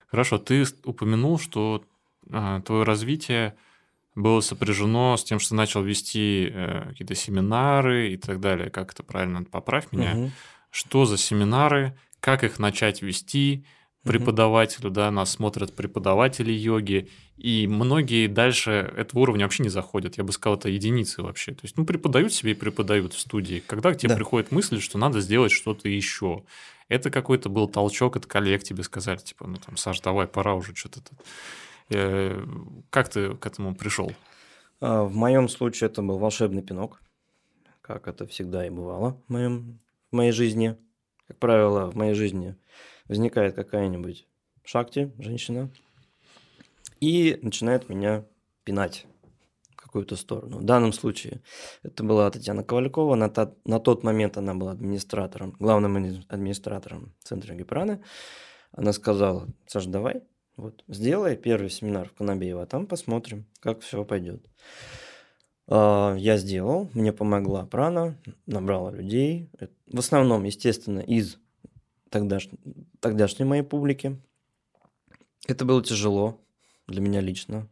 Хорошо, ты упомянул, что твое развитие было сопряжено с тем, что начал вести какие-то семинары и так далее. Как это правильно? Поправь меня. Мгм. Что за семинары? Как их начать вести Мгм. преподавателю? Да, нас смотрят преподаватели йоги, и многие дальше этого уровня вообще не заходят. Я бы сказал, это единицы вообще. То есть, ну, преподают себе и преподают в студии. Когда к тебе Да. приходит мысль, что надо сделать что-то еще, это какой-то был толчок от коллег, тебе сказали, типа, ну там, Саш, давай, пора уже что-то тут. Как ты к этому пришел? В моем случае это был волшебный пинок, как это всегда и бывало в моей жизни. Как правило, в моей жизни возникает какая-нибудь шакти, женщина, и начинает меня пинать в какую-то сторону. В данном случае это была Татьяна Ковалькова. На тот момент она была администратором, главным администратором Центра Гипраны. Она сказала: Саш, давай, вот, сделай первый семинар в Конобеево, а там посмотрим, как все пойдет. Я сделал, мне помогла Прана, набрала людей. В основном, естественно, из тогдашней моей публики. Это было тяжело для меня лично.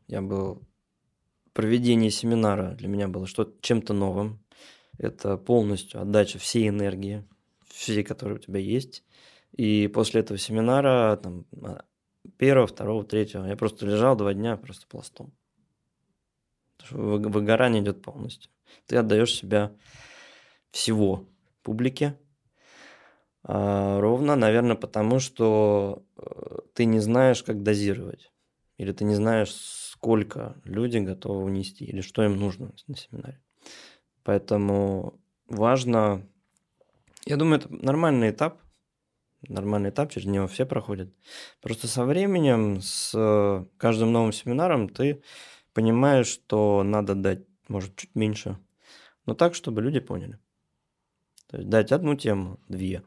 Проведение семинара для меня было чем-то новым. Это полностью отдача всей энергии, всей, которая у тебя есть. И после этого семинара, там, первого, второго, третьего, я просто лежал 2 дня просто пластом. Потому что выгорание идет полностью. Ты отдаешь себя всего публике. Ровно, наверное, потому что ты не знаешь, как дозировать. Или ты не знаешь, сколько люди готовы унести, или что им нужно на семинаре. Поэтому важно... Я думаю, это нормальный этап, через него все проходят. Просто со временем, с каждым новым семинаром ты понимаешь, что надо дать, может, чуть меньше, но так, чтобы люди поняли. То есть дать одну тему, 2,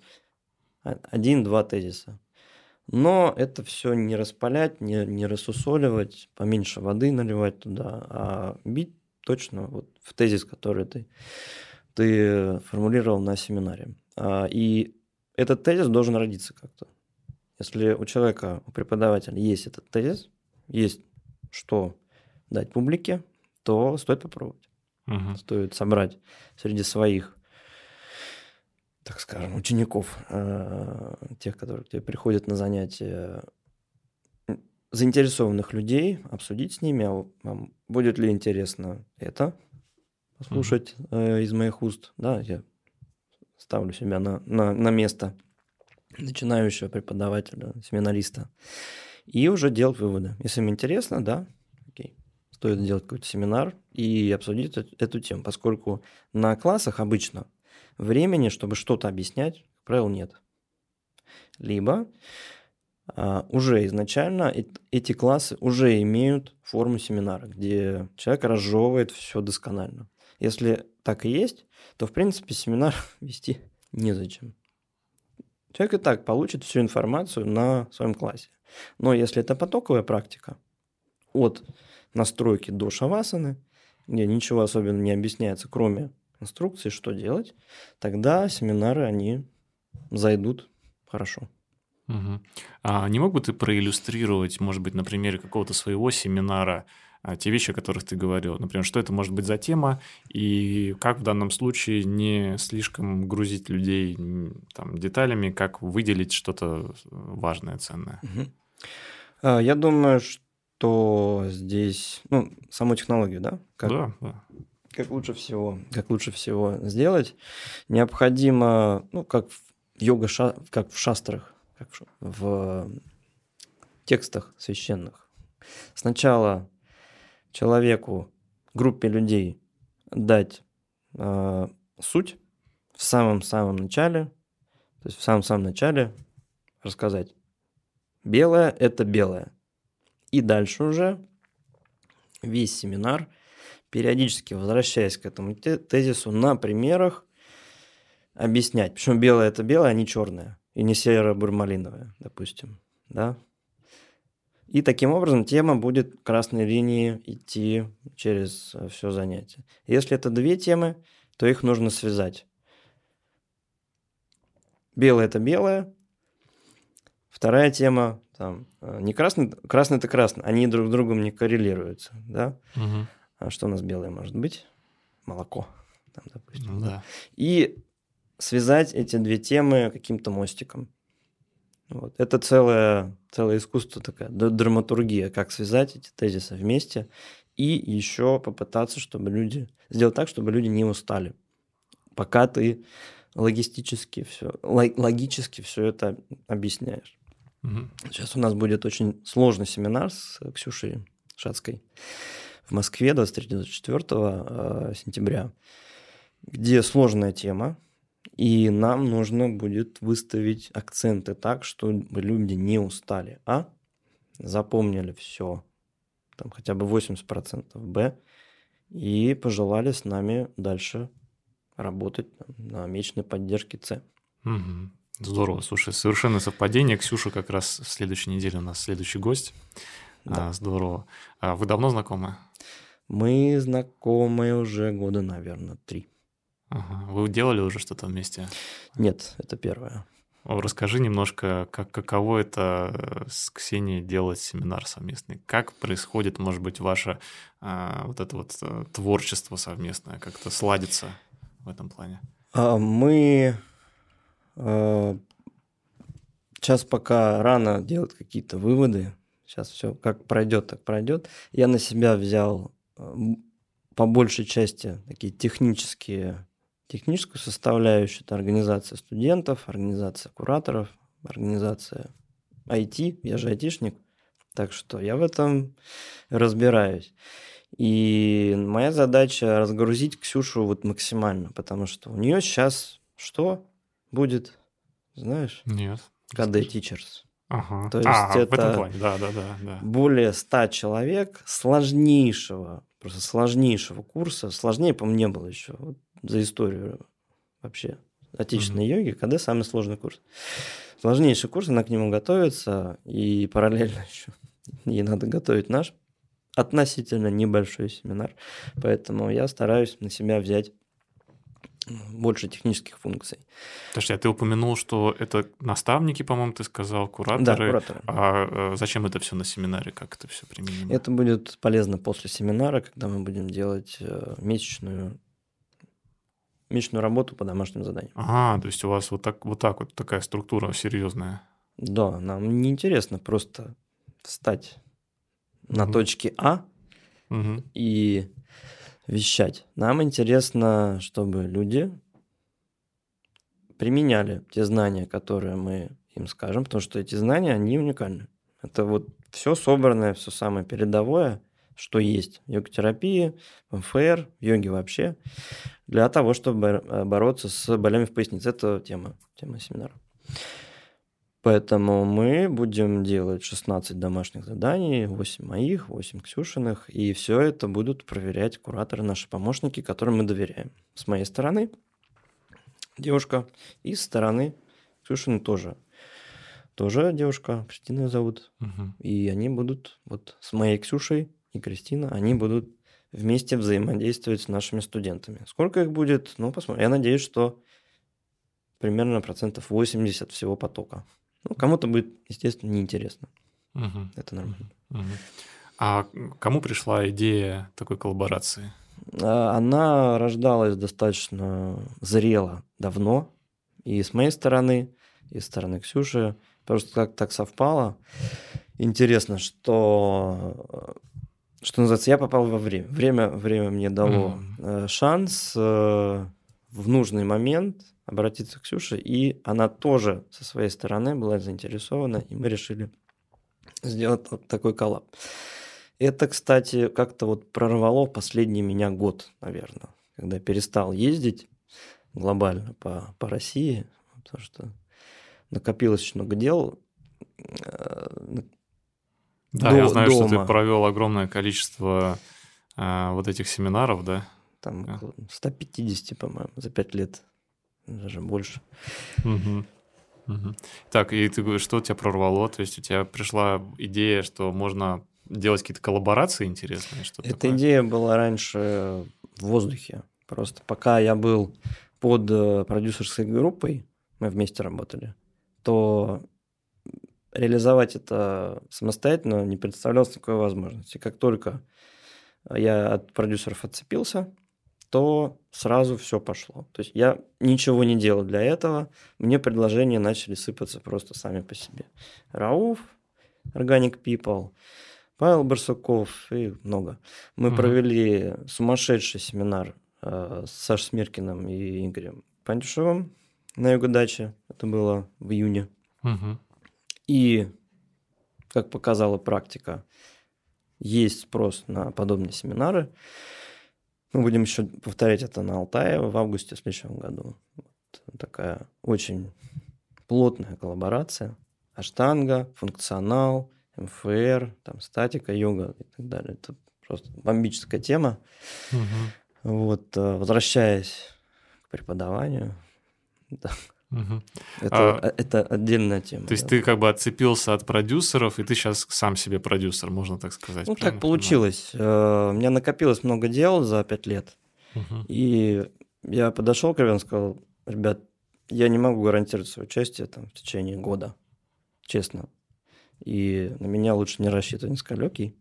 1-2 тезиса. Но это все не распалять, не рассусоливать, поменьше воды наливать туда, а бить точно вот в тезис, который ты формулировал на семинаре. И этот тезис должен родиться как-то. Если у человека, у преподавателя есть этот тезис, есть что дать публике, то стоит попробовать. Мгм. Стоит собрать среди своих, так скажем, учеников, тех, которые к тебе приходят на занятия, заинтересованных людей, обсудить с ними, вам будет ли интересно это Мгм. послушать из моих уст. Да, я ставлю себя на место начинающего преподавателя, семинариста, и уже делать выводы. Если им интересно, да, окей, стоит сделать какой-то семинар и обсудить эту тему, поскольку на классах обычно времени, чтобы что-то объяснять, как правило, нет. Либо уже изначально эти классы уже имеют форму семинара, где человек разжевывает все досконально. Если так и есть, то, в принципе, семинар вести незачем. Человек и так получит всю информацию на своем классе. Но если это потоковая практика, от настройки до шавасаны, где ничего особенно не объясняется, кроме инструкции, что делать, тогда семинары, они зайдут хорошо. Мгм. А не мог бы ты проиллюстрировать, может быть, на примере какого-то своего семинара, те вещи, о которых ты говорил? Например, что это может быть за тема, и как в данном случае не слишком грузить людей там, деталями, как выделить что-то важное, ценное? Мгм. Я думаю, что здесь, ну, саму технологию, да, Да, да. как лучше всего сделать, необходимо, ну, как в шастрах, в текстах священных. Сначала человеку, группе людей дать суть в самом-самом начале, то есть в самом-самом начале рассказать: белое – это белое. И дальше уже весь семинар, периодически возвращаясь к этому тезису на примерах, объяснять. Почему белое – это белое, а не черное, и не серо-бурмалиновое, допустим. Да? И таким образом тема будет красной линией идти через все занятие. Если это 2 темы, то их нужно связать. Белое – это белое. Вторая тема, там не красный, красный это красный, они друг с другом не коррелируются, да? Мгм. А что у нас белое может быть? Молоко, там, допустим. Ну да. И связать эти две темы каким-то мостиком. Вот. Это целое искусство такая, драматургия, как связать эти тезисы вместе и еще попытаться, сделать так, чтобы люди не устали, пока ты логически все это объясняешь. Мгм. Сейчас у нас будет очень сложный семинар с Ксюшей Шацкой в Москве 23-24 сентября, где сложная тема, и нам нужно будет выставить акценты так, чтобы люди не устали, а запомнили все, там хотя бы 80%, б, и пожелали с нами дальше работать на месячной поддержке С. Мгм. Здорово. Слушай, совершенно совпадение. Ксюша как раз в следующей неделе у нас следующий гость. Да. Здорово. Вы давно знакомы? Мы знакомы уже года, наверное, 3. Ага. Вы делали уже что-то вместе? Нет, это первое. Расскажи немножко, каково это с Ксенией делать семинар совместный? Как происходит, может быть, ваше вот это вот творчество совместное, как-то сладится в этом плане? Мы сейчас пока рано делать какие-то выводы. Сейчас все как пройдет, так пройдет. Я на себя взял по большей части такие техническую составляющую. Это организация студентов, организация кураторов, организация IT. Я же айтишник, так что я в этом разбираюсь. И моя задача разгрузить Ксюшу вот максимально, потому что у нее сейчас что будет, знаешь? Нет. KD Teachers. Ага. То есть в этом это плане, да. более 100 человек сложнейшего курса. Сложнее, по-моему, не было еще вот, за историю вообще отечественной йоги. KD самый сложный курс. Сложнейший курс, она к нему готовится, и параллельно еще ей надо готовить наш относительно небольшой семинар. Поэтому я стараюсь на себя взять больше технических функций. Подожди, а ты упомянул, что это наставники, по-моему, ты сказал, кураторы. Да, кураторы. А зачем это все на семинаре? Как это все применимо? Это будет полезно после семинара, когда мы будем делать месячную работу по домашним заданиям. То есть у вас вот так вот такая структура серьезная. Да, нам не интересно просто встать на точке А и вещать. Нам интересно, чтобы люди применяли те знания, которые мы им скажем, потому что эти знания, они уникальны. Это вот все собранное, все самое передовое, что есть в йога-терапии, в МФР, в йоге вообще, для того, чтобы бороться с болями в пояснице. Это тема семинара. Поэтому мы будем делать 16 домашних заданий, 8 моих, 8 Ксюшиных, и все это будут проверять кураторы, наши помощники, которым мы доверяем. С моей стороны девушка, и с стороны Ксюшины тоже. Тоже девушка, Кристина ее зовут. И они будут, вот с моей Ксюшей и Кристина, они будут вместе взаимодействовать с нашими студентами. Сколько их будет? Ну, посмотрим. Я надеюсь, что примерно 80% всего потока. Ну, кому-то будет, естественно, неинтересно. Это нормально. А кому пришла идея такой коллаборации? Она рождалась достаточно зрело, давно. И с моей стороны, и с стороны Ксюши. Просто как так совпало. Интересно, что называется, я попал во время. Время мне дало шанс в нужный момент обратиться к Ксюше, и она тоже со своей стороны была заинтересована, и мы решили сделать вот такой коллаб. Это, кстати, как-то вот прорвало последний меня год, наверное, когда я перестал ездить глобально по России, потому что накопилось очень много дел. Я знаю, что ты провел огромное количество вот этих семинаров, да? Там около 150, по-моему, за 5 лет. Даже больше. Так, и ты говоришь, что у тебя прорвало? То есть у тебя пришла идея, что можно делать какие-то коллаборации интересные? Эта идея была раньше в воздухе. Просто пока я был под продюсерской группой, мы вместе работали, то реализовать это самостоятельно не представлялось никакой возможности. Как только я от продюсеров отцепился, то сразу все пошло. То есть я ничего не делал для этого, мне предложения начали сыпаться просто сами по себе. Рауф, Organic People, Павел Барсуков и много. Мы провели сумасшедший семинар с Сашей Смиркиным и Игорем Пантюшевым на йога-даче. Это было в июне. И, как показала практика, есть спрос на подобные семинары. Мы будем еще повторять это на Алтае в августе в следующем году. Вот такая очень плотная коллаборация. Аштанга, функционал, МФР, там, статика, йога и так далее. Это просто бомбическая тема. Вот, возвращаясь к преподаванию, да. Это отдельная тема. То есть ты как бы отцепился от продюсеров, и ты сейчас сам себе продюсер, можно так сказать. Ну, так получилось. У меня накопилось много дел за 5 лет. И я подошел к ребятам и сказал: ребят, я не могу гарантировать свое участие там в течение года, честно. И на меня лучше не рассчитывать, не сказали: окей.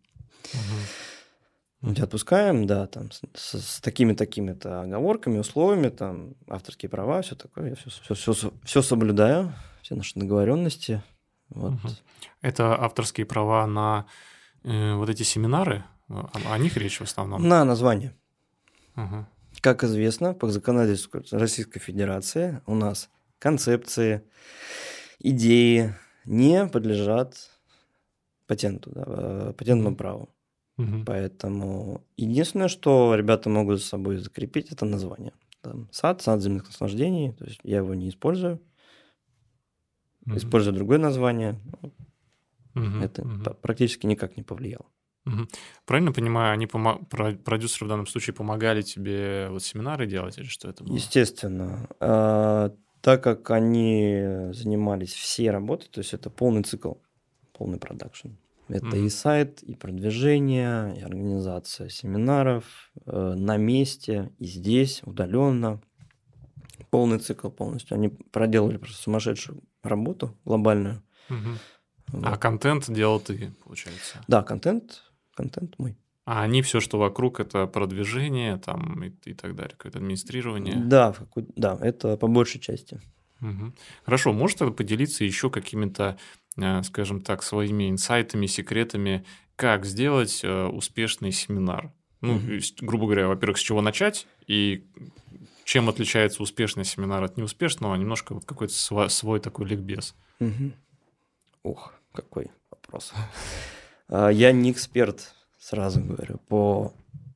Мы тебя отпускаем, да, там, с такими-такими-то оговорками, условиями, там, авторские права, все такое. Я все соблюдаю, все наши договоренности. Вот. Это авторские права на вот эти семинары? О них речь в основном? На название. Как известно, по законодательству Российской Федерации у нас концепции, идеи не подлежат патенту, да, патентному праву. Поэтому единственное, что ребята могут за собой закрепить, это название. Там, сад земных наслаждений, то есть я его не использую. Использую другое название. Это практически никак не повлияло. Правильно понимаю, они продюсеры в данном случае помогали тебе вот семинары делать, или что это было? Естественно. Так как они занимались всей работой, то есть это полный цикл, полный продакшн. Это и сайт, и продвижение, и организация семинаров на месте, и здесь, удаленно. Полный цикл полностью. Они проделали просто сумасшедшую работу глобальную. Вот. А контент делал ты, получается? Да, контент мой. А они все, что вокруг, это продвижение там, и так далее, какое-то администрирование? Да, это по большей части. Хорошо, можешь тогда поделиться еще какими-то, скажем так, своими инсайтами, секретами, как сделать успешный семинар? Ну, грубо говоря, во-первых, с чего начать, и чем отличается успешный семинар от неуспешного, немножко вот какой-то свой такой ликбез. Ох, какой вопрос. Я не эксперт, сразу говорю, по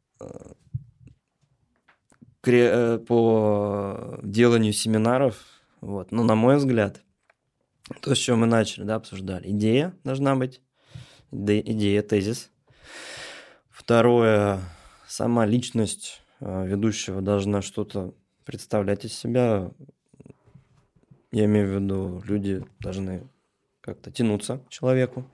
деланию семинаров. Вот. Но, на мой взгляд, то, с чего мы начали, да, обсуждали, идея должна быть, идея, тезис. Второе, сама личность ведущего должна что-то представлять из себя. Я имею в виду, люди должны как-то тянуться к человеку.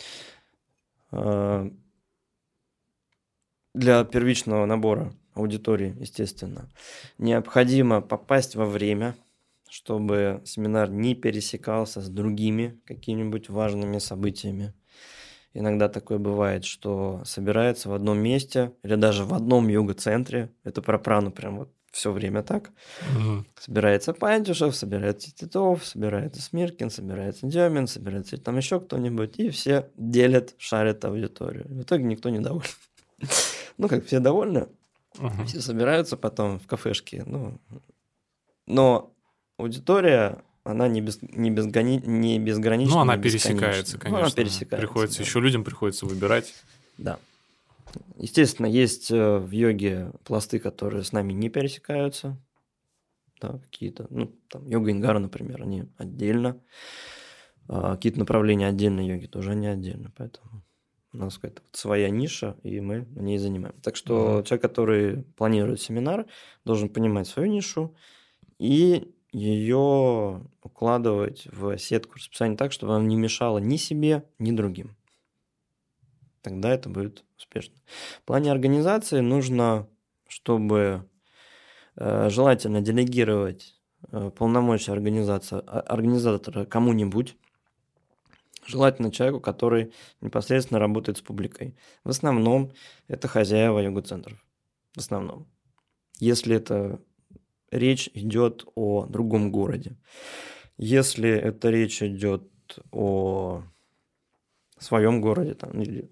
Для первичного набора аудитории, естественно, необходимо попасть во время, чтобы семинар не пересекался с другими какими-нибудь важными событиями. Иногда такое бывает, что собирается в одном месте или даже в одном йога-центре. Это про прану прям вот все время так. Собирается Пантюшев, собирается Титов, собирается Смиркин, собирается Демин, собирается там еще кто-нибудь. И все делят, шарят аудиторию. В итоге никто не доволен. Ну, как все довольны, все собираются потом в кафешке. Но аудитория, она не безгранична. Ну, она пересекается, конечно. Она пересекается. Людям приходится выбирать. Да. Естественно, есть в йоге пласты, которые с нами не пересекаются. Да, какие-то, там йога Ингара, например, они отдельно. Какие-то направления отдельной йоги тоже они отдельно. Поэтому у нас какая-то своя ниша, и мы на ней занимаем. Так что человек, который планирует семинар, должен понимать свою нишу и ее укладывать в сетку расписания так, чтобы она не мешала ни себе, ни другим. Тогда это будет успешно. В плане организации нужно, чтобы желательно делегировать полномочия организатора кому-нибудь, Желательно человеку, который непосредственно работает с публикой. В основном это хозяева йога-центров. В основном. Если это речь идет о другом городе. Если это речь идет о своем городе, там, или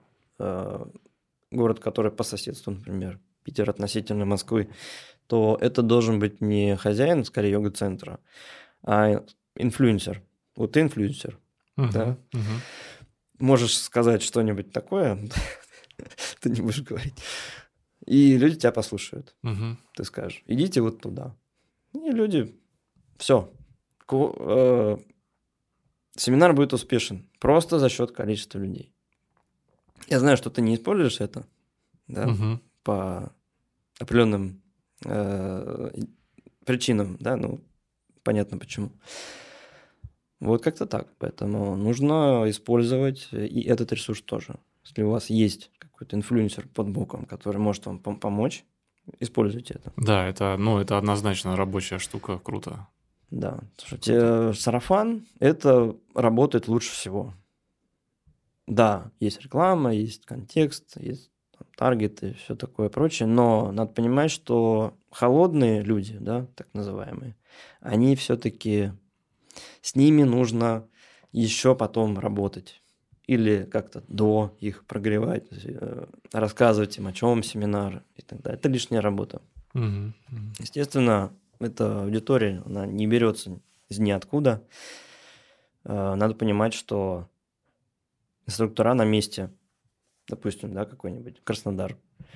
город, который по соседству, например, Питер относительно Москвы, то это должен быть не хозяин, скорее, йога-центра, а инфлюенсер. Вот ты инфлюенсер, да? Можешь сказать что-нибудь такое, ты не будешь говорить, и люди тебя послушают. Ты скажешь, идите вот туда. И люди, все. Семинар будет успешен просто за счет количества людей. Я знаю, что ты не используешь это, да, по определенным причинам, да, ну, понятно почему. Вот как-то так. Поэтому нужно использовать и этот ресурс тоже. Если у вас есть какой-то инфлюенсер под боком, который может вам помочь, используйте это. Да, это однозначно рабочая штука, круто. Да. Слушайте, сарафан – это работает лучше всего. Да, есть реклама, есть контекст, есть таргеты, все такое прочее, но надо понимать, что холодные люди, да, так называемые, они все-таки с ними нужно еще потом работать или как-то до их прогревать, рассказывать им, о чем семинар и так далее. Это лишняя работа. Естественно, эта аудитория, она не берется из ниоткуда. Надо понимать, что инструктора на месте, допустим, да, какой-нибудь Краснодар,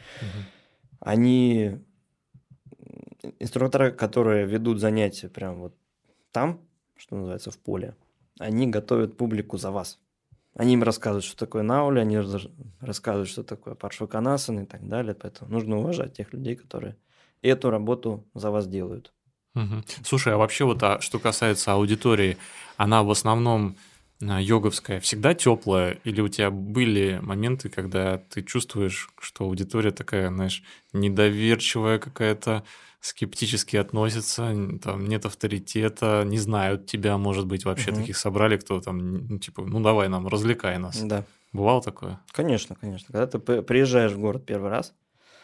они, инструкторы, которые ведут занятия прям вот там, что называется, в поле, они готовят публику за вас. Они им рассказывают, что такое наули, они рассказывают, что такое паршваканасана и так далее. Поэтому нужно уважать тех людей, которые эту работу за вас делают. Слушай, а вообще что касается аудитории, она в основном йоговская всегда теплая, или у тебя были моменты, когда ты чувствуешь, что аудитория такая, знаешь, недоверчивая какая-то, скептически относится, там нет авторитета, не знают тебя, может быть, вообще таких собрали, кто там, ну, типа, ну давай нам, развлекай нас. Да. Бывало такое? Конечно, конечно. Когда ты приезжаешь в город первый раз,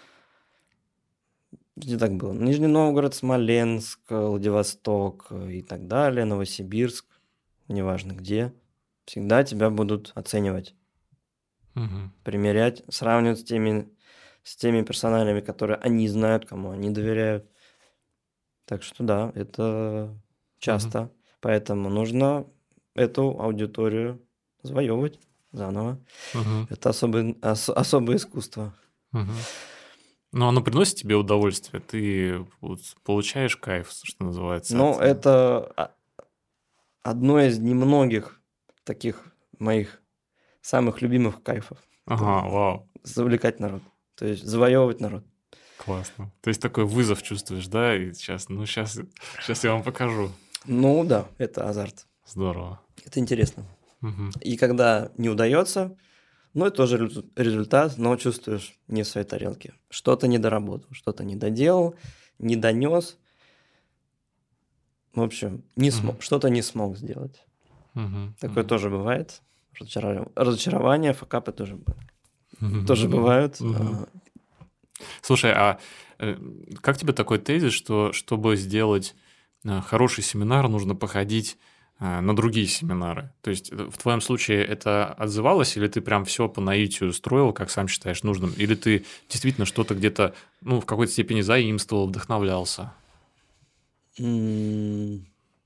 где так было? Нижний Новгород, Смоленск, Владивосток и так далее, Новосибирск, неважно где, всегда тебя будут оценивать, примерять, сравнивать с теми персоналями, которые они знают, кому они доверяют. Так что да, это часто. Поэтому нужно эту аудиторию завоевывать заново. Это особое искусство. Но оно приносит тебе удовольствие, ты вот получаешь кайф, что называется. Ну, это одно из немногих таких моих самых любимых кайфов. Вау. Завлекать народ, то есть завоевывать народ. Классно. То есть такой вызов чувствуешь, да? И сейчас я вам покажу. Ну да, это азарт. Здорово. Это интересно. И когда не удается, ну, это тоже результат, но чувствуешь не в своей тарелке. Что-то не доработал, что-то не доделал, не донес. В общем, что-то не смог сделать. Такое тоже бывает. Разочарование, факапы тоже бывают. Слушай, а как тебе такой тезис, что чтобы сделать хороший семинар, нужно походить на другие семинары? То есть в твоем случае это отзывалось, или ты прям все по наитию строил, как сам считаешь нужным? Или ты действительно что-то где-то, ну, в какой-то степени заимствовал, вдохновлялся? В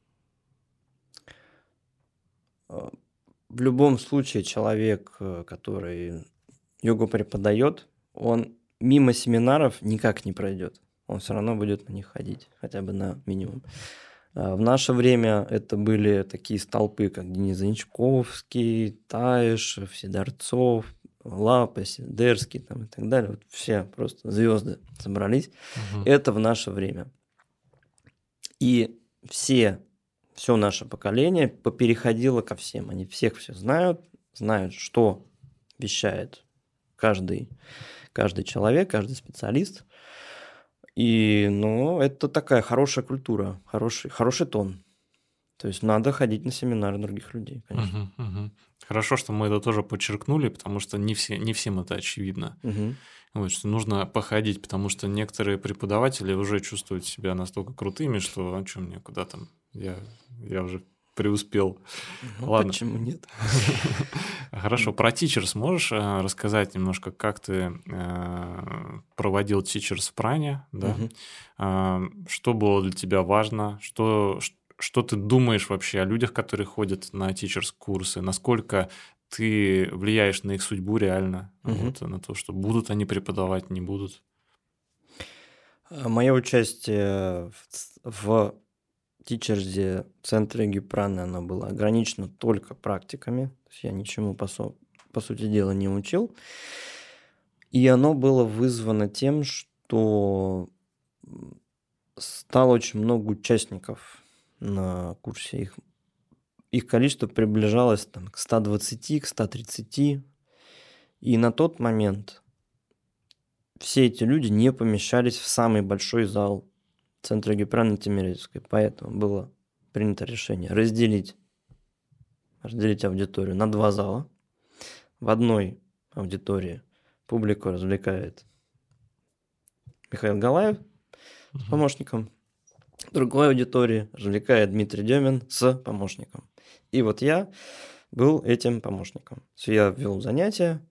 любом случае человек, который йогу преподает, он мимо семинаров никак не пройдет. Он все равно будет на них ходить, хотя бы на минимум. В наше время это были такие столпы, как Денис Заничковский, Таишев, Сидорцов, Лапа, Сидерский там, и так далее. Вот все просто звезды собрались. Это в наше время. И все наше поколение попереходило ко всем. Они всех все знают, что вещает каждый человек, каждый специалист. И, это такая хорошая культура, хороший тон. То есть надо ходить на семинары других людей, конечно. Хорошо, что мы это тоже подчеркнули, потому что не всем это очевидно. Вот, что нужно походить, потому что некоторые преподаватели уже чувствуют себя настолько крутыми, что а что мне, куда там, я уже преуспел. Ну, Ладно. почему нет? Хорошо, про Teachers можешь рассказать немножко, как ты проводил Teachers в Пране, да? Что было для тебя важно, что ты думаешь вообще о людях, которые ходят на Teachers курсы, насколько ты влияешь на их судьбу реально, вот, на то, что будут они преподавать, не будут? Мое участие в Teachers центре Гипраны, оно было ограничено только практиками. То есть я ничему, по сути дела, не учил. И оно было вызвано тем, что стало очень много участников на курсе. Их количество приближалось там, к 120, к 130. И на тот момент все эти люди не помещались в самый большой зал центра Гипраны Тимирязевской. Поэтому было принято решение разделить аудиторию на 2 зала. В одной аудитории публику развлекает Михаил Галаев с помощником. В другой аудитории развлекает Дмитрий Демин с помощником. И вот я был этим помощником. Я вел занятия.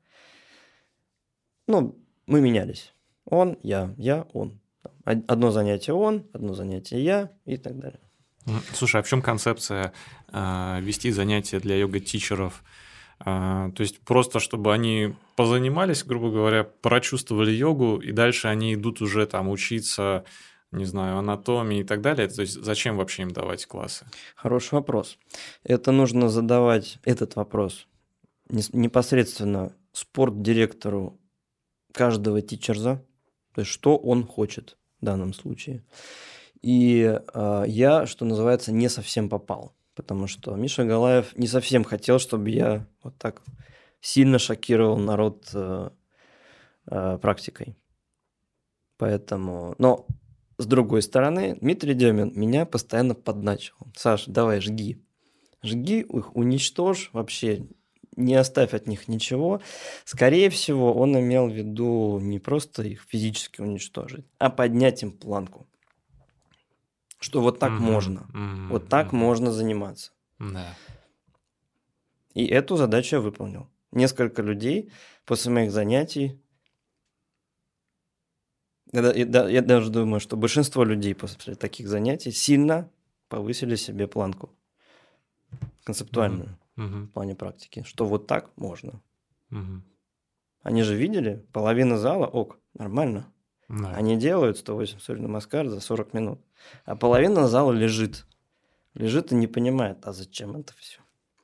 Мы менялись. Он, я, он. Одно занятие он, одно занятие я и так далее. Слушай, а в чем концепция вести занятия для йога-тичеров? То есть просто чтобы они позанимались, грубо говоря, прочувствовали йогу, и дальше они идут уже там учиться, не знаю, анатомии и так далее. То есть зачем вообще им давать классы? Хороший вопрос. Это нужно задавать этот вопрос непосредственно спортдиректору каждого тичерза, то есть что он хочет в данном случае. И я, что называется, не совсем попал, потому что Миша Галаев не совсем хотел, чтобы я вот так сильно шокировал народ практикой. Поэтому... Но, с другой стороны, Дмитрий Демин меня постоянно подначивал. Саш, давай, жги. Жги их, уничтожь вообще, не оставь от них ничего. Скорее всего, он имел в виду не просто их физически уничтожить, а поднять им планку. Что вот так можно. Вот так можно заниматься. Да. И эту задачу я выполнил. Несколько людей после моих занятий... Я даже думаю, что большинство людей после таких занятий сильно повысили себе планку концептуальную в плане практики, что вот так можно. Они же видели, половина зала, нормально. Да. Они делают 108 Сурья Намаскар за 40 минут, а половина зала лежит и не понимает, а зачем это все.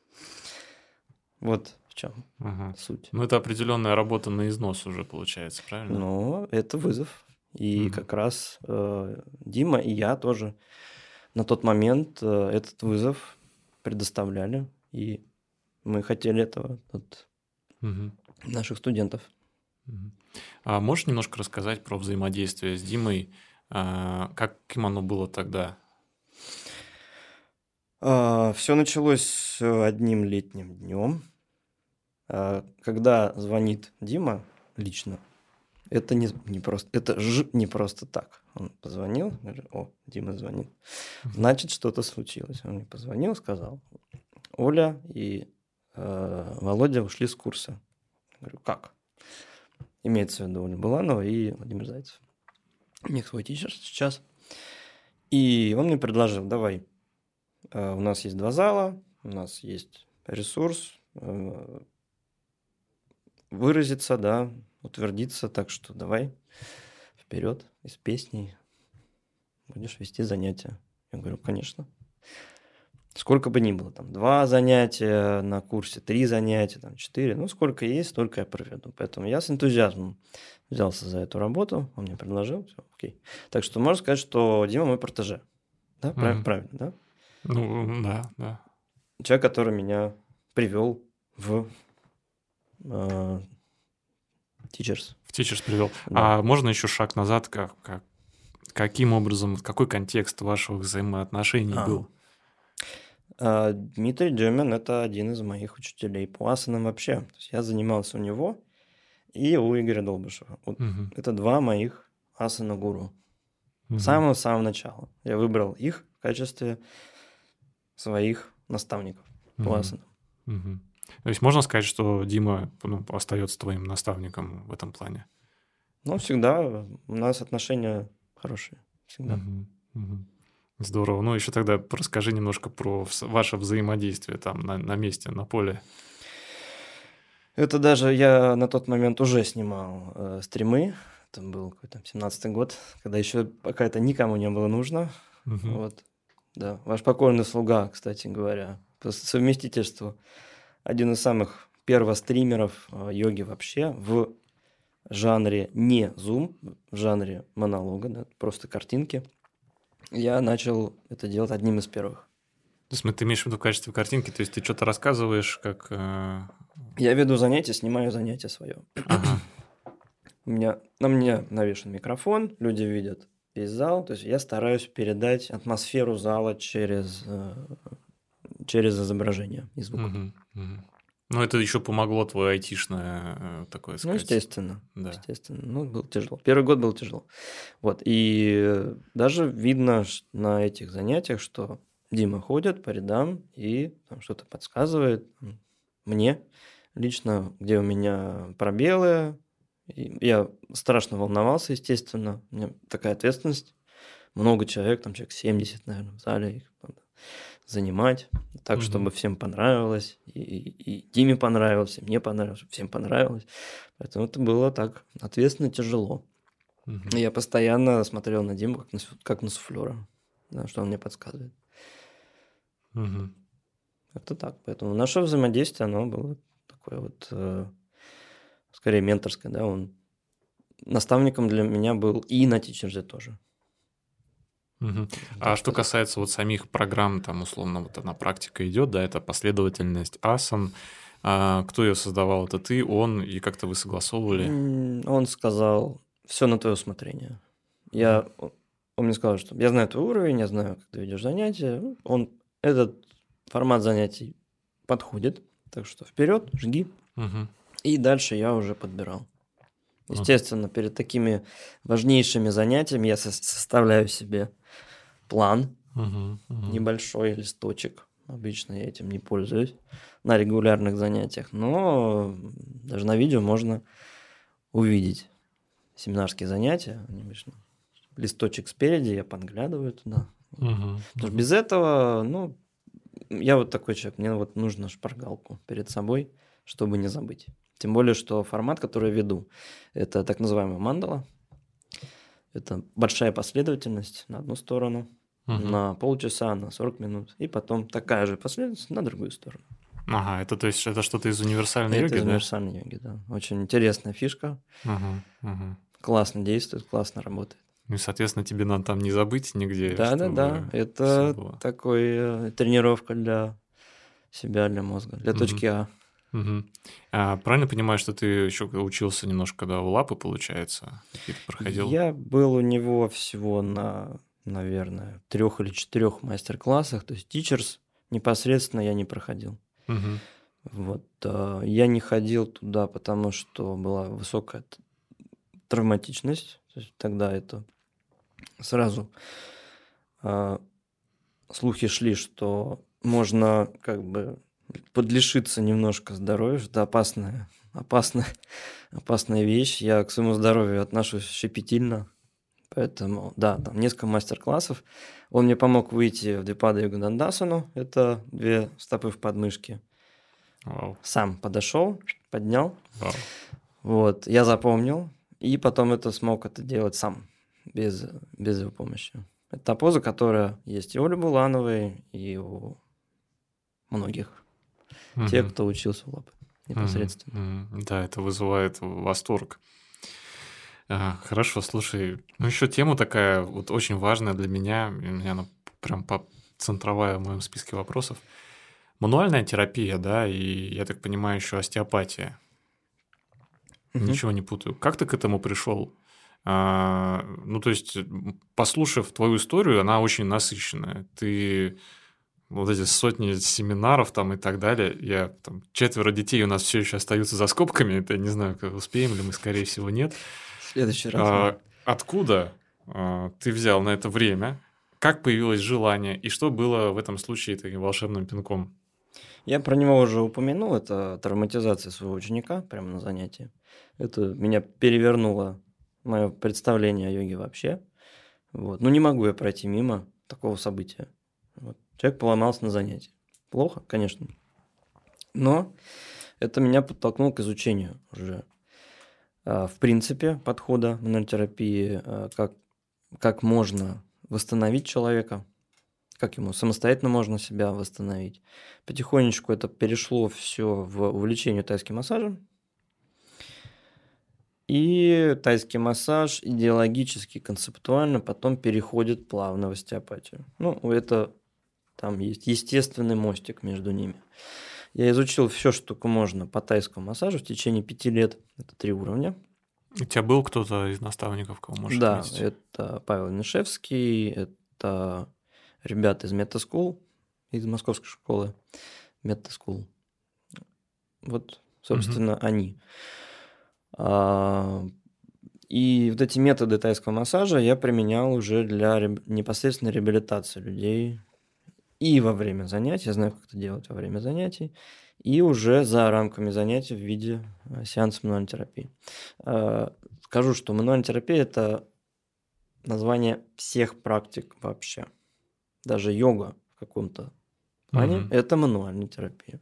Вот в чем суть. Это определенная работа на износ уже получается, правильно? Это вызов. И как раз Дима и я тоже на тот момент этот вызов предоставляли, и мы хотели этого от наших студентов. А можешь немножко рассказать про взаимодействие с Димой? Каким оно было тогда? Все началось одним летним днем, когда звонит Дима лично. Это не просто так. Он позвонил, говорит, Дима звонит. Значит, что-то случилось. Он мне позвонил, сказал, Оля и Володя ушли с курса. Я говорю, как? Имеется в виду Оля Буланова и Владимир Зайцев. У них свой тичер сейчас. И он мне предложил, давай, у нас есть 2 зала, у нас есть ресурс выразиться, да, утвердиться, так что давай вперед и с песней будешь вести занятия. Я говорю, конечно. Сколько бы ни было, там 2 занятия на курсе, 3 занятия, там 4, сколько есть, столько я проведу. Поэтому я с энтузиазмом взялся за эту работу, он мне предложил, все, окей. Так что можно сказать, что Дима мой протеже. Да, правильно, да? Да. Человек, который меня привел в Teachers. В Teachers привел. Да. А можно еще шаг назад, каким образом, какой контекст ваших взаимоотношений был? Дмитрий Демин – это один из моих учителей по асанам вообще. То есть я занимался у него и у Игоря Долбышева. Вот это два моих асана-гуру. С самого начала. Я выбрал их в качестве своих наставников по асанам. То есть можно сказать, что Дима остается твоим наставником в этом плане? Ну, всегда. У нас отношения хорошие. Всегда. Здорово. Ну, еще тогда расскажи немножко про ваше взаимодействие там на месте, на поле. Это даже я на тот момент уже снимал стримы. Это был какой-то 17-й год, когда еще пока это никому не было нужно. Вот. Да. Ваш покорный слуга, кстати говоря, по совместительству один из самых первостримеров йоги вообще в жанре не зум, в жанре монолога, да, просто картинки. Я начал это делать одним из первых. То есть ты имеешь в виду в качестве картинки, то есть ты что-то рассказываешь, как... Я веду занятия, снимаю занятие свое. На мне навешен микрофон, люди видят весь зал, то есть я стараюсь передать атмосферу зала через изображение и звук. Ну, это еще помогло твое айтишное такое сказать. Ну, естественно. Да. Естественно. Ну, было тяжело. Первый год был тяжело. Вот. И даже видно на этих занятиях, что Дима ходит по рядам и там что-то подсказывает мне лично, где у меня пробелы. И я страшно волновался, естественно. У меня такая ответственность. Много человек, там человек 70, наверное, в зале. Их надо занимать так, чтобы всем понравилось. И Диме понравилось, и мне понравилось, всем понравилось. Поэтому это было так ответственно, тяжело. И я постоянно смотрел на Диму как на суфлера, да, что он мне подсказывает. Как-то так. Поэтому наше взаимодействие, оно было такое вот, скорее менторское, да, он наставником для меня был и на тичерзе тоже. А что касается вот самих программ, там условно вот одна практика идет, да, это последовательность асан. Кто ее создавал? Это ты, он, и как-то вы согласовывали? Он сказал, все на твое усмотрение. Он мне сказал, что я знаю твой уровень, я знаю, как ты ведешь занятия. Этот формат занятий подходит, так что вперед, жги. И дальше я уже подбирал. Естественно, перед такими важнейшими занятиями я составляю себе план, небольшой листочек. Обычно я этим не пользуюсь на регулярных занятиях, но даже на видео можно увидеть семинарские занятия. Листочек спереди, я подглядываю туда. Потому что без этого, я вот такой человек, мне вот нужно шпаргалку перед собой, чтобы не забыть. Тем более, что формат, который я веду, это так называемая мандала. Это большая последовательность на одну сторону, на полчаса, на 40 минут. И потом такая же последовательность на другую сторону. Ага, это то есть это что-то из универсальной йоги, да? Это из универсальной йоги, да. Очень интересная фишка. Классно действует, классно работает. Ну и, соответственно, тебе надо там не забыть нигде. Да. Это такой тренировка для себя, для мозга, для точки А. Правильно понимаю, что ты еще учился немножко, когда у Лапы, получается, какие-то проходил? Я был у него всего на, наверное, 3 или 4 мастер-классах, то есть teachers непосредственно я не проходил. Вот. Я не ходил туда, потому что была высокая травматичность, то есть тогда это сразу слухи шли, что можно как бы подлишиться немножко здоровья, что это опасная вещь. Я к своему здоровью отношусь щепетильно. Поэтому, да, там несколько мастер-классов. Он мне помог выйти в Двипада Йога Дандасану. Это 2 стопы в подмышке. Вау. Сам подошел, поднял. Вау. Вот, я запомнил. И потом смог это делать сам, без его помощи. Это та поза, которая есть и у Оли Булановой, и у многих. Те, кто учился у Лапы непосредственно. Да, это вызывает восторг. Хорошо, слушай, еще тема такая вот очень важная для меня, у меня она прям центровая в моем списке вопросов. Мануальная терапия, да, и, я так понимаю, еще остеопатия. Ничего не путаю. Как ты к этому пришел? То есть, послушав твою историю, она очень насыщенная. Ты вот эти сотни семинаров там и так далее. Там 4 детей у нас все еще остаются за скобками. Это я не знаю, успеем ли мы, скорее всего, нет. В следующий раз. Откуда ты взял на это время? Как появилось желание? И что было в этом случае таким волшебным пинком? Я про него уже упомянул. Это травматизация своего ученика прямо на занятии. Это меня перевернуло мое представление о йоге вообще. Вот. Ну, не могу я пройти мимо такого события. Вот. Человек поломался на занятии. Плохо, конечно. Но это меня подтолкнуло к изучению уже, в принципе, подхода мануальтерапии, как можно восстановить человека, как ему самостоятельно можно себя восстановить. Потихонечку это перешло все в увлечение тайским массажем. И тайский массаж идеологически, концептуально потом переходит плавно в остеопатию. Ну, это там есть естественный мостик между ними. Я изучил все, что только можно по тайскому массажу в течение 5 лет. Это 3 уровня. У тебя был кто-то из наставников, кого можешь отметить? Да, это Павел Нишевский, это ребята из Metta School, из московской школы Metta School. Вот, собственно, они. И вот эти методы тайского массажа я применял уже для непосредственной реабилитации людей и во время занятий. Я знаю, как это делать во время занятий. И уже за рамками занятий в виде сеанса мануальной терапии. Скажу, что мануальная терапия – это название всех практик вообще. Даже йога в каком-то плане – это мануальная терапия.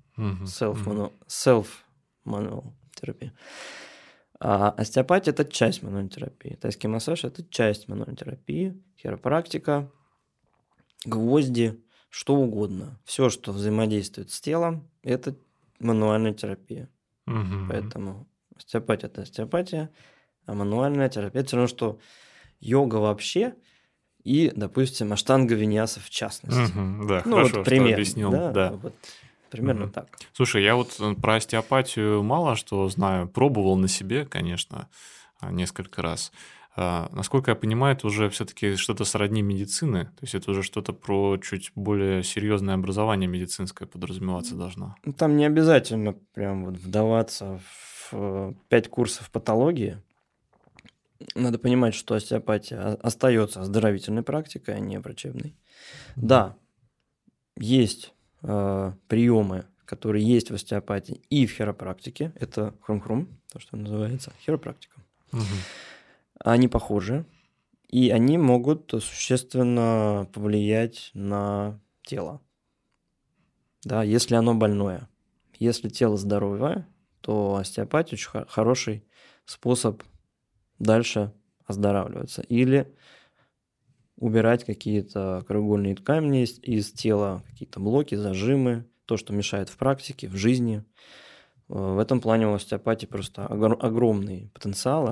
Self-manual терапия. А остеопатия – это часть мануальной терапии. Тайский массаж – это часть мануальной терапии. Хиропрактика, гвозди, что угодно. Все, что взаимодействует с телом, это мануальная терапия. Поэтому остеопатия – это остеопатия, а мануальная терапия – это все равно, что йога вообще и, допустим, аштанга-виньяса в частности. Да, хорошо, вот пример, что объяснил. Да. Вот, примерно так. Слушай, я вот про остеопатию мало что знаю. Пробовал на себе, конечно, несколько раз. Насколько я понимаю, это уже все-таки что-то сродни медицины. То есть это уже что-то про чуть более серьезное образование медицинское подразумеваться должно. Там не обязательно прям вот вдаваться в 5 курсов патологии. Надо понимать, что остеопатия остается оздоровительной практикой, а не врачебной. Да, есть приемы, которые есть в остеопатии и в хиропрактике. Это хрум-хрум, то, что называется, хиропрактика. Они похожи, и они могут существенно повлиять на тело. Да, если оно больное. Если тело здоровое, то остеопатия очень хороший способ дальше оздоравливаться. Или убирать какие-то краеугольные камни из тела, какие-то блоки, зажимы, то, что мешает в практике, в жизни. В этом плане у остеопатии просто огромный потенциал,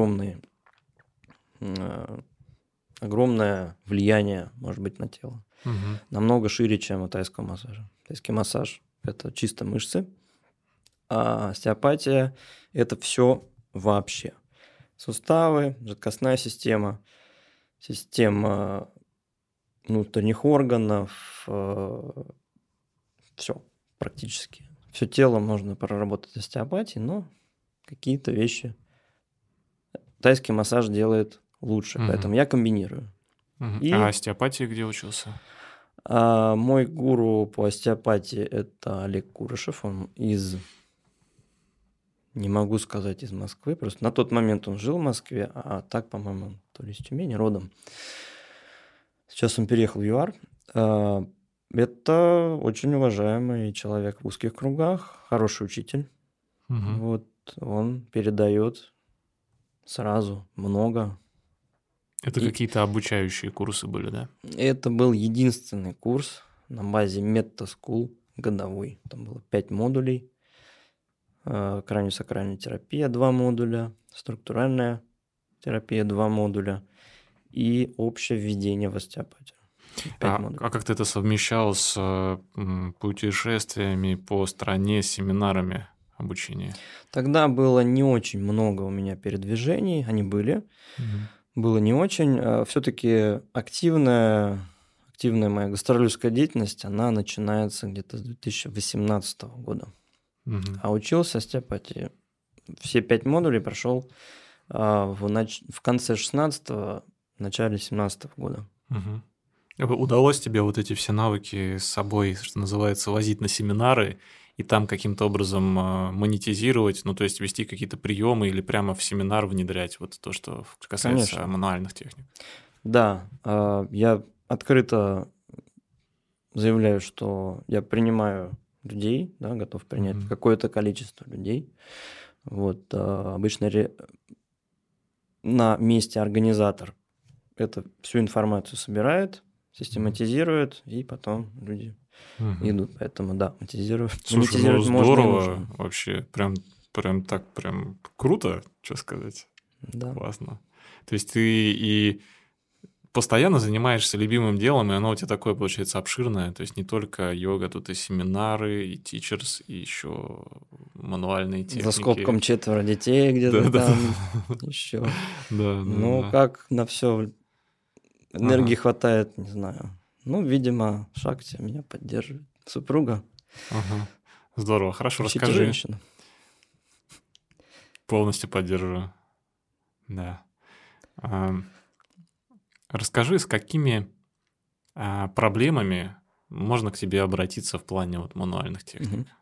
огромное влияние может быть на тело. Намного шире, чем у тайского массажа. Тайский массаж – это чисто мышцы, а остеопатия – это все вообще. Суставы, жидкостная система, система внутренних органов, все практически. Все тело можно проработать остеопатией, но какие-то вещи тайский массаж делает лучше, поэтому я комбинирую. А остеопатии где учился? Мой гуру по остеопатии – это Олег Курышев, он не могу сказать из Москвы, просто на тот момент он жил в Москве, а так, по-моему, то ли из Тюмени родом. Сейчас он переехал в ЮАР. Это очень уважаемый человек в узких кругах, хороший учитель. Вот он передает сразу много. Это какие-то обучающие курсы были, да? Это был единственный курс на базе Metta School годовой. Там было 5 модулей. Краниосакральная терапия 2 модуля, структуральная терапия 2 модуля и общее введение в остеопатию. А как ты это совмещал с путешествиями по стране, с семинарами обучения? Тогда было не очень много у меня передвижений, они были. Было не очень. Все-таки активное активная моя гастролерская деятельность, она начинается где-то с 2018 года. Мгм. А учился остеопатии. Все 5 модулей прошел в конце 16-го, начале 17-го года. Мгм. Удалось тебе вот эти все навыки с собой, что называется, возить на семинары и там каким-то образом монетизировать, ну, то есть вести какие-то приемы или прямо в семинар внедрять вот то, что касается Конечно. мануальных техник? Да, я открыто заявляю, что я принимаю людей, да, готов принять Мгм. какое-то количество людей. Вот, обычно на месте организатор это всю информацию собирает, систематизирует, и потом люди Мгм. идут. Поэтому да, Слушай, ну монетизировать можно и здорово, нужно. вообще, прям так, прям круто, что сказать, Да. классно. То есть ты и постоянно занимаешься любимым делом, и оно у тебя такое, получается, обширное, то есть не только йога, тут и семинары, и тичерс, и еще мануальные За скобком техники. 4 детей где-то Да-да-да. там еще. Да, Ну, да. как на все энергии Ага, хватает, не знаю. Ну, видимо, Шакти меня поддерживает. Супруга, ага. Здорово, хорошо, ищите расскажи. женщину. Полностью поддерживаю. Да. А, Расскажи, с какими проблемами можно к тебе обратиться в плане вот мануальных техник? Мгм.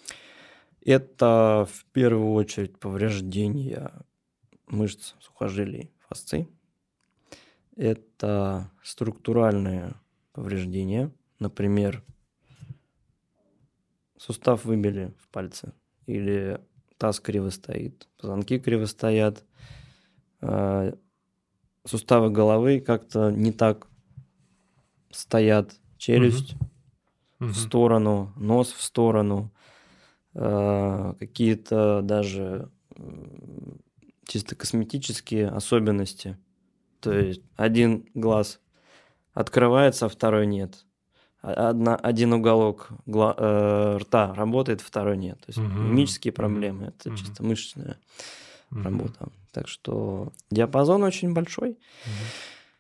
Это в первую очередь повреждения мышц сухожилий фасций. Это структуральные повреждения. Например, сустав выбили в пальце, или таз криво стоит, позвонки криво стоят, суставы головы как-то не так стоят, челюсть в Мгм. сторону, нос в сторону, какие-то даже чисто косметические особенности. То есть один глаз открывается, а второй нет. Один уголок рта работает, второй нет. То есть Мгм. мимические Мгм. проблемы, это Мгм. чисто мышечная Мгм. работа. Так что диапазон очень большой. Мгм.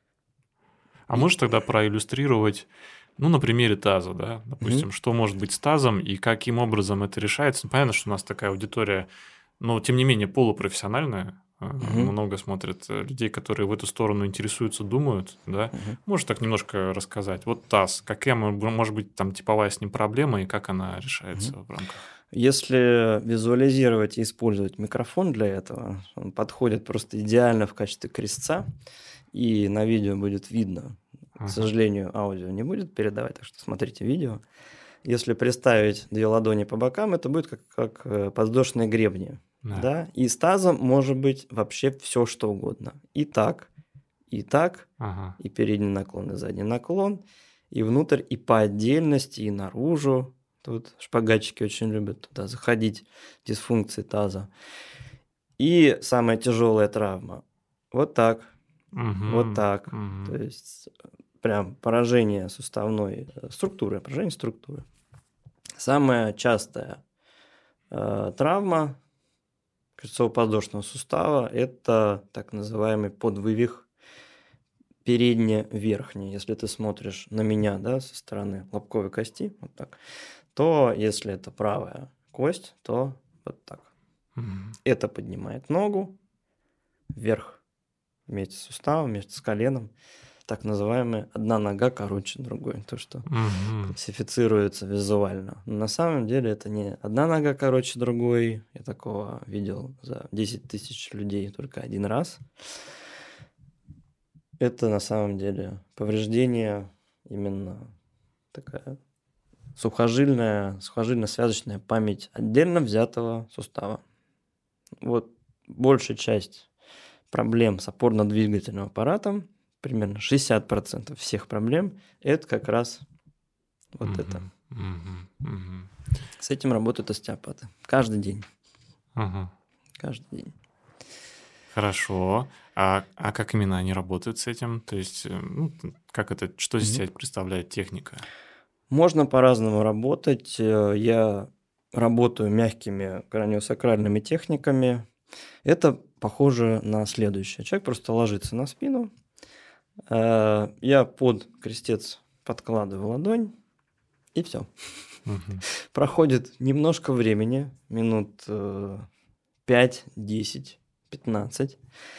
А И- можешь тогда проиллюстрировать, ну, на примере таза, да, Мгм. допустим, что может быть с тазом и каким образом это решается? Ну, понятно, что у нас такая аудитория, но тем не менее полупрофессиональная. Мгм. Много смотрят людей, которые в эту сторону интересуются, думают, да. Мгм. Можешь так немножко рассказать? Вот таз, какая может быть там типовая с ним проблема и как она решается Мгм. в рамках? Если визуализировать и использовать микрофон для этого, он подходит просто идеально в качестве крестца, и на видео будет видно. К Ага. сожалению, аудио не будет передавать, так что смотрите видео. Если представить 2 ладони по бокам, это будет как подвздошные гребни. Да. Да? И с тазом может быть вообще все, что угодно. И так, Ага. и передний наклон, и задний наклон, и внутрь, и по отдельности, и наружу. Тут шпагатчики очень любят туда заходить, дисфункции таза. И самая тяжелая травма. Вот так, вот Мгм. так. Мгм. То есть прям поражение суставной структуры, поражение структуры. Самая частая травма крестцово-подвздошного сустава – это так называемый подвывих передне-верхний. Если ты смотришь на меня, да, со стороны лобковой кости, вот так, то если это правая кость, то вот так. Мгм. Это поднимает ногу вверх вместе с суставом, вместе с коленом. Так называемая одна нога короче другой. То, что Мгм. классифицируется визуально. Но на самом деле это не одна нога короче другой. Я такого видел за 10 тысяч людей только один раз. Это на самом деле повреждение именно такая сухожильно-связочная память отдельно взятого сустава. Вот большая часть проблем с опорно-двигательным аппаратом, примерно 60% всех проблем, это как раз вот это. Мгм. Мгм. С этим работают остеопаты. Каждый день. Ага. Каждый день. Хорошо. А как именно они работают с этим? То есть, ну, как это, что из себя представляет техника? Можно по-разному работать. Я работаю мягкими краниосакральными техниками. Это похоже на следующее. Человек просто ложится на спину. Я под крестец подкладываю ладонь, и все. Мгм. Проходит немножко времени, минут 5, 10, 15.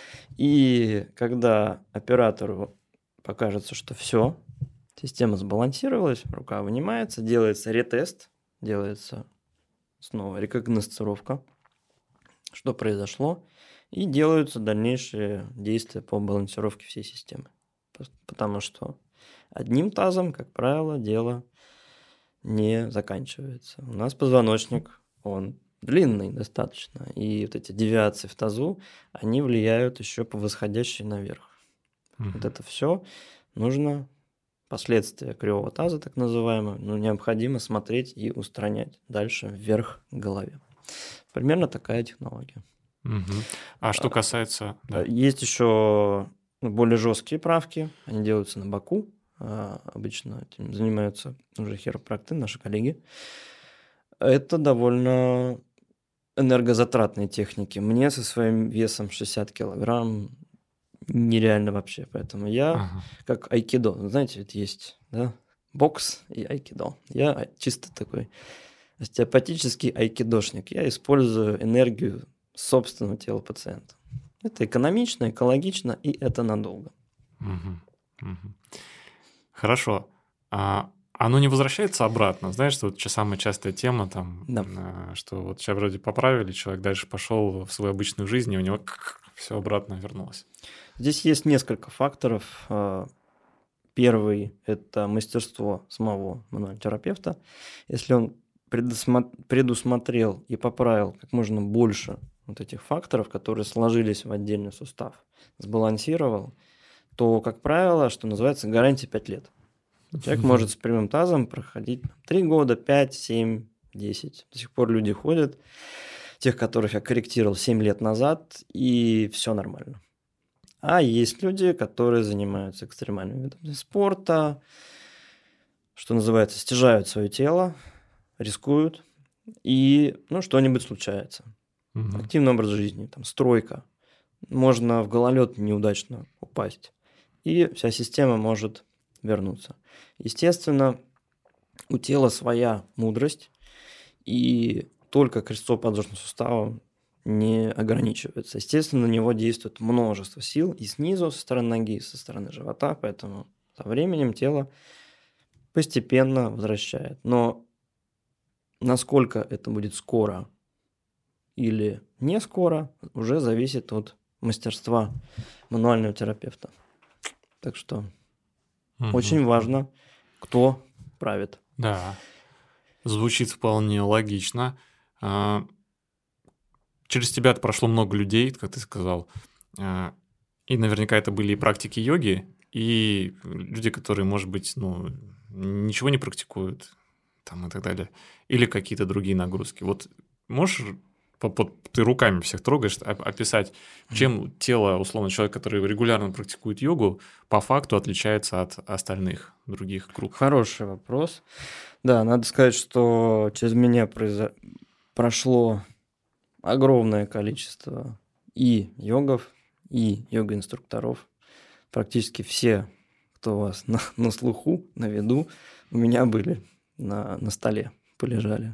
И когда оператору покажется, что все, система сбалансировалась, рука вынимается, делается ретест, делается снова рекогносцировка, что произошло, и делаются дальнейшие действия по балансировке всей системы. Потому что одним тазом, как правило, дело не заканчивается. У нас позвоночник, он длинный достаточно, и вот эти девиации в тазу, они влияют еще по восходящей наверх. Вот Мгм. это все нужно, последствия кривого таза, так называемого, необходимо смотреть и устранять дальше вверх к голове. Примерно такая технология. Мгм. А что касается... Да. Есть еще более жесткие правки, они делаются на боку. Обычно этим занимаются уже хиропракты, наши коллеги. Это довольно энергозатратные техники. Мне со своим весом 60 килограмм нереально вообще. Поэтому я, Ага. как айкидо, знаете, ведь есть, да, бокс и айкидо. Я чисто такой остеопатический айкидошник. Я использую энергию собственного тела пациента. Это экономично, экологично, и это надолго. Мгм. Мгм. Хорошо. Оно не возвращается обратно? Знаешь, что вот самая частая тема там, Да. что вот сейчас вроде поправили, человек дальше пошел в свою обычную жизнь, и у него все обратно вернулось. Здесь есть несколько факторов. Первый – это мастерство самого мануального терапевта. Если он предусмотрел и поправил как можно больше вот этих факторов, которые сложились в отдельный сустав, сбалансировал, то, как правило, что называется, гарантия 5 лет. Человек может с прямым тазом проходить 3 года, 5, 7, 10. До сих пор люди ходят, тех, которых я корректировал 7 лет назад, и все нормально. А есть люди, которые занимаются экстремальными видами спорта, что называется, стяжают свое тело, рискуют, и что-нибудь случается. Мгм. Активный образ жизни, там, стройка. Можно в гололед неудачно упасть, и вся система может вернуться. Естественно, у тела своя мудрость, и только крестцово-подвздошным суставом не ограничивается. Естественно, на него действует множество сил и снизу, со стороны ноги, и со стороны живота, поэтому со временем тело постепенно возвращает. Но насколько это будет скоро или не скоро, уже зависит от мастерства мануального терапевта. Так что Мгм. очень важно, кто правит. Да, звучит вполне логично. Через тебя прошло много людей, как ты сказал, и наверняка это были и практики йоги, и люди, которые, может быть, ничего не практикуют, там и так далее, или какие-то другие нагрузки. Вот можешь, ты руками всех трогаешь, описать, чем тело, условно, человека, который регулярно практикует йогу, по факту отличается от остальных других групп? Хороший вопрос. Да, надо сказать, что через меня прошло огромное количество и йогов, и йога-инструкторов. Практически все, кто у вас на слуху, на виду, у меня были на столе, полежали.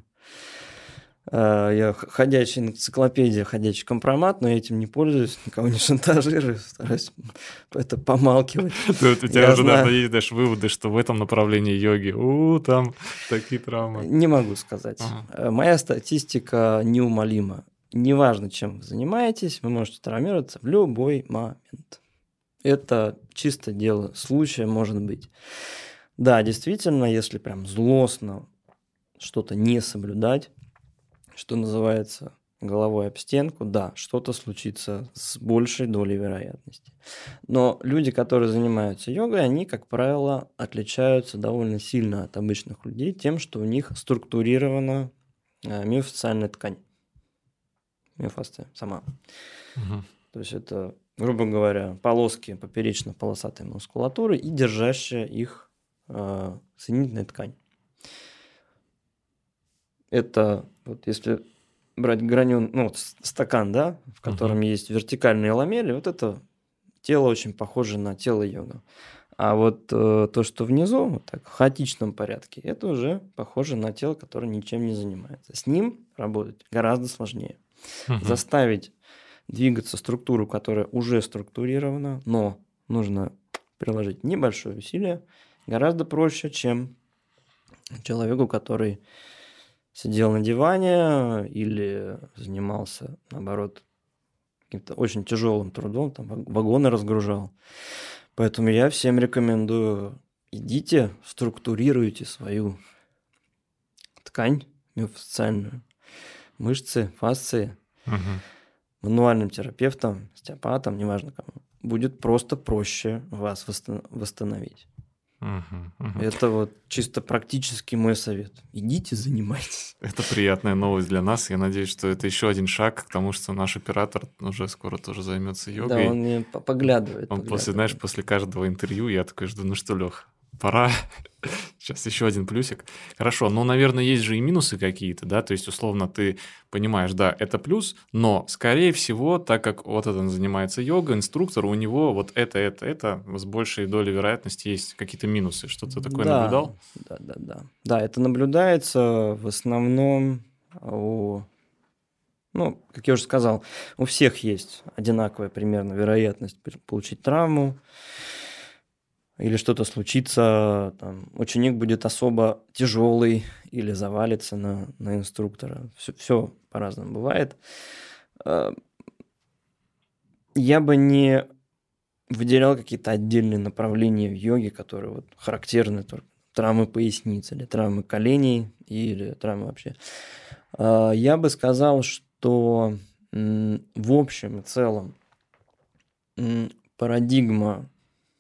Я ходячая энциклопедия, ходячий компромат, но я этим не пользуюсь, никого не шантажирую, стараюсь это помалкивать. У тебя уже, наверное, есть даже выводы, что в этом направлении йоги, там такие травмы. Не могу сказать. Ага. Моя статистика неумолима. Неважно, чем вы занимаетесь, вы можете травмироваться в любой момент. Это чисто дело случая, может быть. Да, действительно, если прям злостно что-то не соблюдать, что называется, головой об стенку, да, что-то случится с большей долей вероятности. Но люди, которые занимаются йогой, они, как правило, отличаются довольно сильно от обычных людей тем, что у них структурирована миофасциальная ткань. Миофасция сама. Угу. То есть это, грубо говоря, полоски поперечно-полосатой мускулатуры и держащая их соединительная ткань. Это вот если брать стакан, да, в котором есть вертикальные ламели, вот это тело очень похоже на тело йога. А вот то, что внизу, вот так, в хаотичном порядке, это уже похоже на тело, которое ничем не занимается. С ним работать гораздо сложнее. Заставить двигаться структуру, которая уже структурирована, но нужно приложить небольшое усилие, гораздо проще, чем человеку, который сидел на диване или занимался, наоборот, каким-то очень тяжелым трудом, там, вагоны разгружал. Поэтому я всем рекомендую, идите, структурируйте свою ткань миофасциальную, мышцы, фасции. Мануальным терапевтом, остеопатом, неважно кому, будет просто проще вас восстановить. Это вот чисто практически мой совет. Идите, занимайтесь. Это приятная новость для нас. Я надеюсь, что это еще один шаг к тому, что наш оператор уже скоро тоже займется йогой. Да, он мне поглядывает. Он после каждого интервью я такой жду, ну что, Лех, пора. Сейчас еще один плюсик. Хорошо, но, наверное, есть же и минусы какие-то, да, то есть, условно, ты понимаешь, да, это плюс, но, скорее всего, так как вот он занимается йогой, инструктор, у него вот это, с большей долей вероятности есть какие-то минусы. Что-то такое наблюдал? Да, это наблюдается в основном как я уже сказал, у всех есть одинаковая примерно вероятность получить травму, или что-то случится, там, ученик будет особо тяжелый или завалится на инструктора. Все по-разному бывает. Я бы не выделял какие-то отдельные направления в йоге, которые вот характерны только травмы поясницы, или травмы коленей, или травмы вообще. Я бы сказал, что в общем и целом парадигма...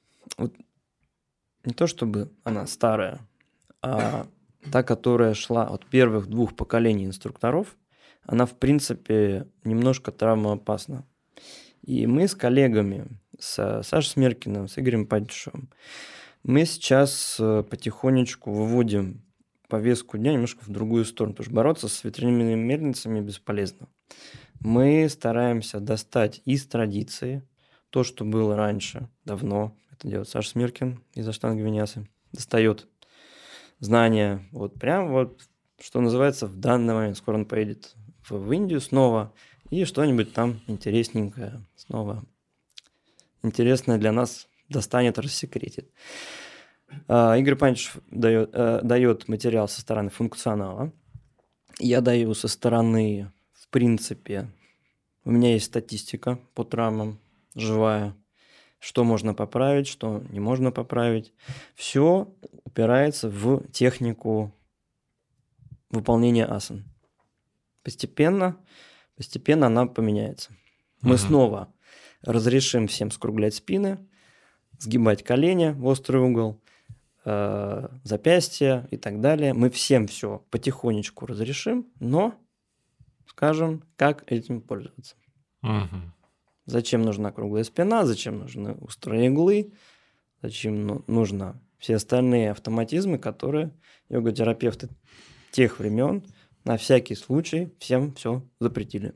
Не то чтобы она старая, а та, которая шла от первых 2 поколений инструкторов, она, в принципе, немножко травмоопасна. И мы с коллегами, с Сашей Смеркиным, с Игорем Пантюшевым, мы сейчас потихонечку выводим повестку дня немножко в другую сторону, потому что бороться с ветряными мельницами бесполезно. Мы стараемся достать из традиции то, что было раньше, давно. Это делает Саша Смиркин из Аштанги Виньясы. Достает знания, вот прям вот, что называется, в данный момент. Скоро он поедет в Индию снова, и что-нибудь там интересненькое снова интересное для нас достанет, рассекретит. Игорь Пантюшев дает материал со стороны функционала. Я даю со стороны, в принципе, у меня есть статистика по травмам, живая, что можно поправить, что не можно поправить. Все упирается в технику выполнения асан. Постепенно она поменяется. Мы снова разрешим всем скруглять спины, сгибать колени в острый угол, запястья и так далее. Мы всем все потихонечку разрешим, но скажем, как этим пользоваться. Зачем нужна круглая спина, зачем нужны острые углы, зачем нужно все остальные автоматизмы, которые йога-терапевты тех времен на всякий случай всем все запретили.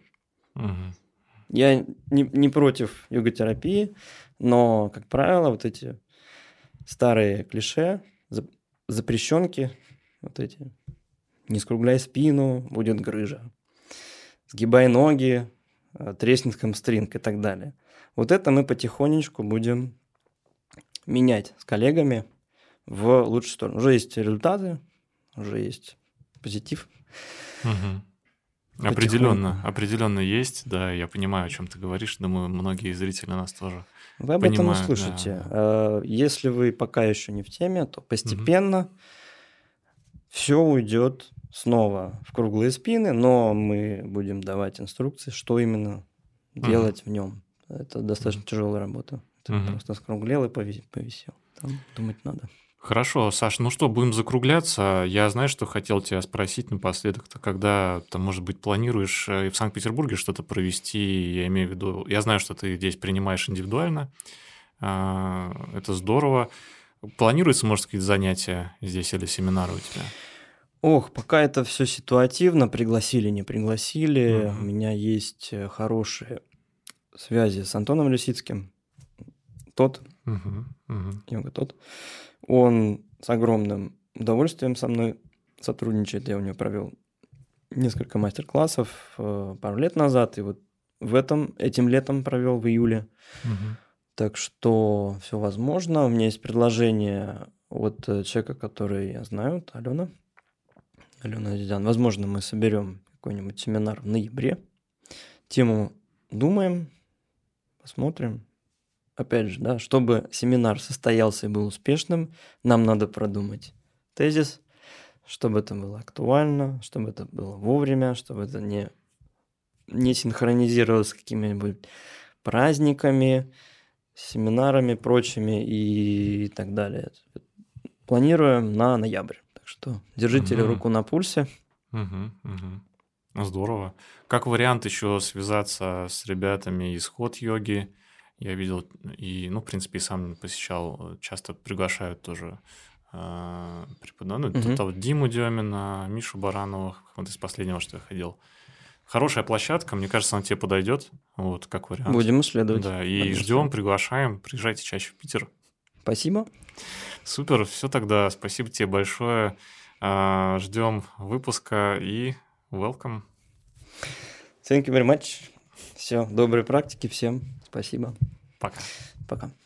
Я не против йога-терапии, но, как правило, вот эти старые клише, запрещенки, вот эти «не скругляй спину, будет грыжа», «сгибай ноги, треснет хамстринг» и так далее. Вот это мы потихонечку будем менять с коллегами в лучшую сторону. Уже есть результаты, уже есть позитив. Определенно есть, да, я понимаю, о чем ты говоришь, думаю, многие зрители нас тоже вы об этом услышите. Да. Если вы пока еще не в теме, то постепенно все уйдет снова в круглые спины, но мы будем давать инструкции, что именно делать в нем. Это достаточно тяжелая работа. Ты просто скруглел и повисел. Там думать надо. Хорошо, Саш, ну что, будем закругляться. Я, знаешь, что хотел тебя спросить напоследок, когда ты, может быть, планируешь и в Санкт-Петербурге что-то провести, я имею в виду, я знаю, что ты здесь принимаешь индивидуально, это здорово. Планируется, может, какие-то занятия здесь или семинары у тебя? Пока это все ситуативно, пригласили, не пригласили. У меня есть хорошие связи с Антоном Лисицким. Тот Йога тот. Он с огромным удовольствием со мной сотрудничает. Я у него провел несколько мастер-классов пару лет назад, и вот этим летом провел в июле. Так что все возможно. У меня есть предложение от человека, который я знаю, это Алена Азизян. Возможно, мы соберем какой-нибудь семинар в ноябре. Тему думаем, посмотрим. Опять же, да, чтобы семинар состоялся и был успешным, нам надо продумать тезис, чтобы это было актуально, чтобы это было вовремя, чтобы это не синхронизировалось с какими-нибудь праздниками, семинарами прочими и так далее. Планируем на ноябрь. Так что держите руку на пульсе. Здорово. Как вариант еще связаться с ребятами из хот-йоги. Я видел и, в принципе, и сам посещал, часто приглашают тоже преподавателей. Тут Диму Демина, Мишу Баранова, вот из последнего, что я ходил. Хорошая площадка, мне кажется, она тебе подойдет, вот, как вариант. Будем исследовать. Да, и ждем, приглашаем, приезжайте чаще в Питер. Спасибо. Супер, все тогда, спасибо тебе большое. Ждем выпуска и welcome. Thank you very much. Все, доброй практики всем. Спасибо. Пока. Пока.